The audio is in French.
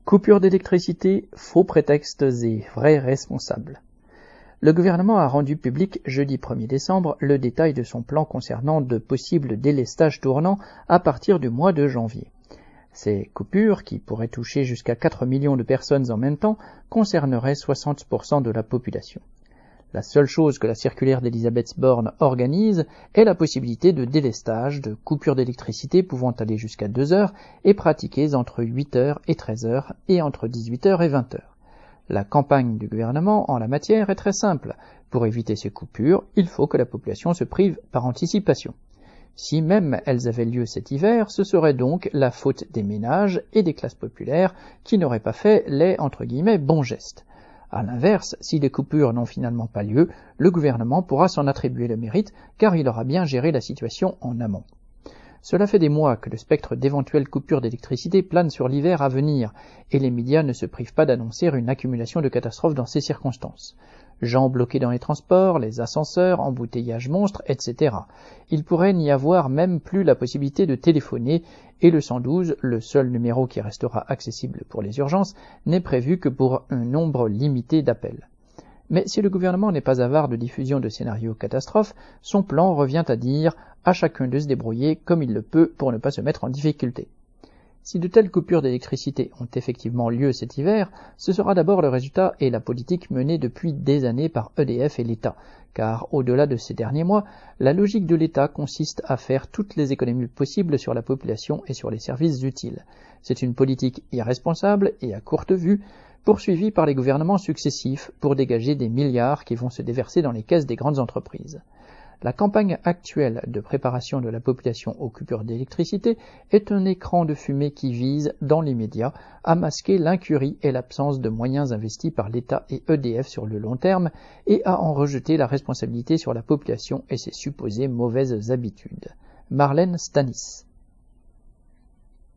Coupure d'électricité, faux prétextes et vrais responsables. Le gouvernement a rendu public jeudi 1er décembre le détail de son plan concernant de possibles délestages tournants à partir du mois de janvier. Ces coupures, qui pourraient toucher jusqu'à 4 millions de personnes en même temps, concerneraient 60% de la population. La seule chose que la circulaire d'Elisabeth Borne organise est la possibilité de délestage de coupures d'électricité pouvant aller jusqu'à 2 heures et pratiquées entre 8h et 13h et entre 18h et 20h. La campagne du gouvernement en la matière est très simple. Pour éviter ces coupures, il faut que la population se prive par anticipation. Si même elles avaient lieu cet hiver, ce serait donc la faute des ménages et des classes populaires qui n'auraient pas fait les « bons gestes ». À l'inverse, si les coupures n'ont finalement pas lieu, le gouvernement pourra s'en attribuer le mérite car il aura bien géré la situation en amont. Cela fait des mois que le spectre d'éventuelles coupures d'électricité plane sur l'hiver à venir et les médias ne se privent pas d'annoncer une accumulation de catastrophes dans ces circonstances. Gens bloqués dans les transports, les ascenseurs, embouteillages monstres, etc. Il pourrait n'y avoir même plus la possibilité de téléphoner et le 112, le seul numéro qui restera accessible pour les urgences, n'est prévu que pour un nombre limité d'appels. Mais si le gouvernement n'est pas avare de diffusion de scénarios catastrophes, son plan revient à dire à chacun de se débrouiller comme il le peut pour ne pas se mettre en difficulté. Si de telles coupures d'électricité ont effectivement lieu cet hiver, ce sera d'abord le résultat et la politique menée depuis des années par EDF et l'État, car au-delà de ces derniers mois, la logique de l'État consiste à faire toutes les économies possibles sur la population et sur les services utiles. C'est une politique irresponsable et à courte vue, poursuivie par les gouvernements successifs pour dégager des milliards qui vont se déverser dans les caisses des grandes entreprises. La campagne actuelle de préparation de la population aux coupures d'électricité est un écran de fumée qui vise, dans l'immédiat, à masquer l'incurie et l'absence de moyens investis par l'État et EDF sur le long terme et à en rejeter la responsabilité sur la population et ses supposées mauvaises habitudes. Marlène Stanis.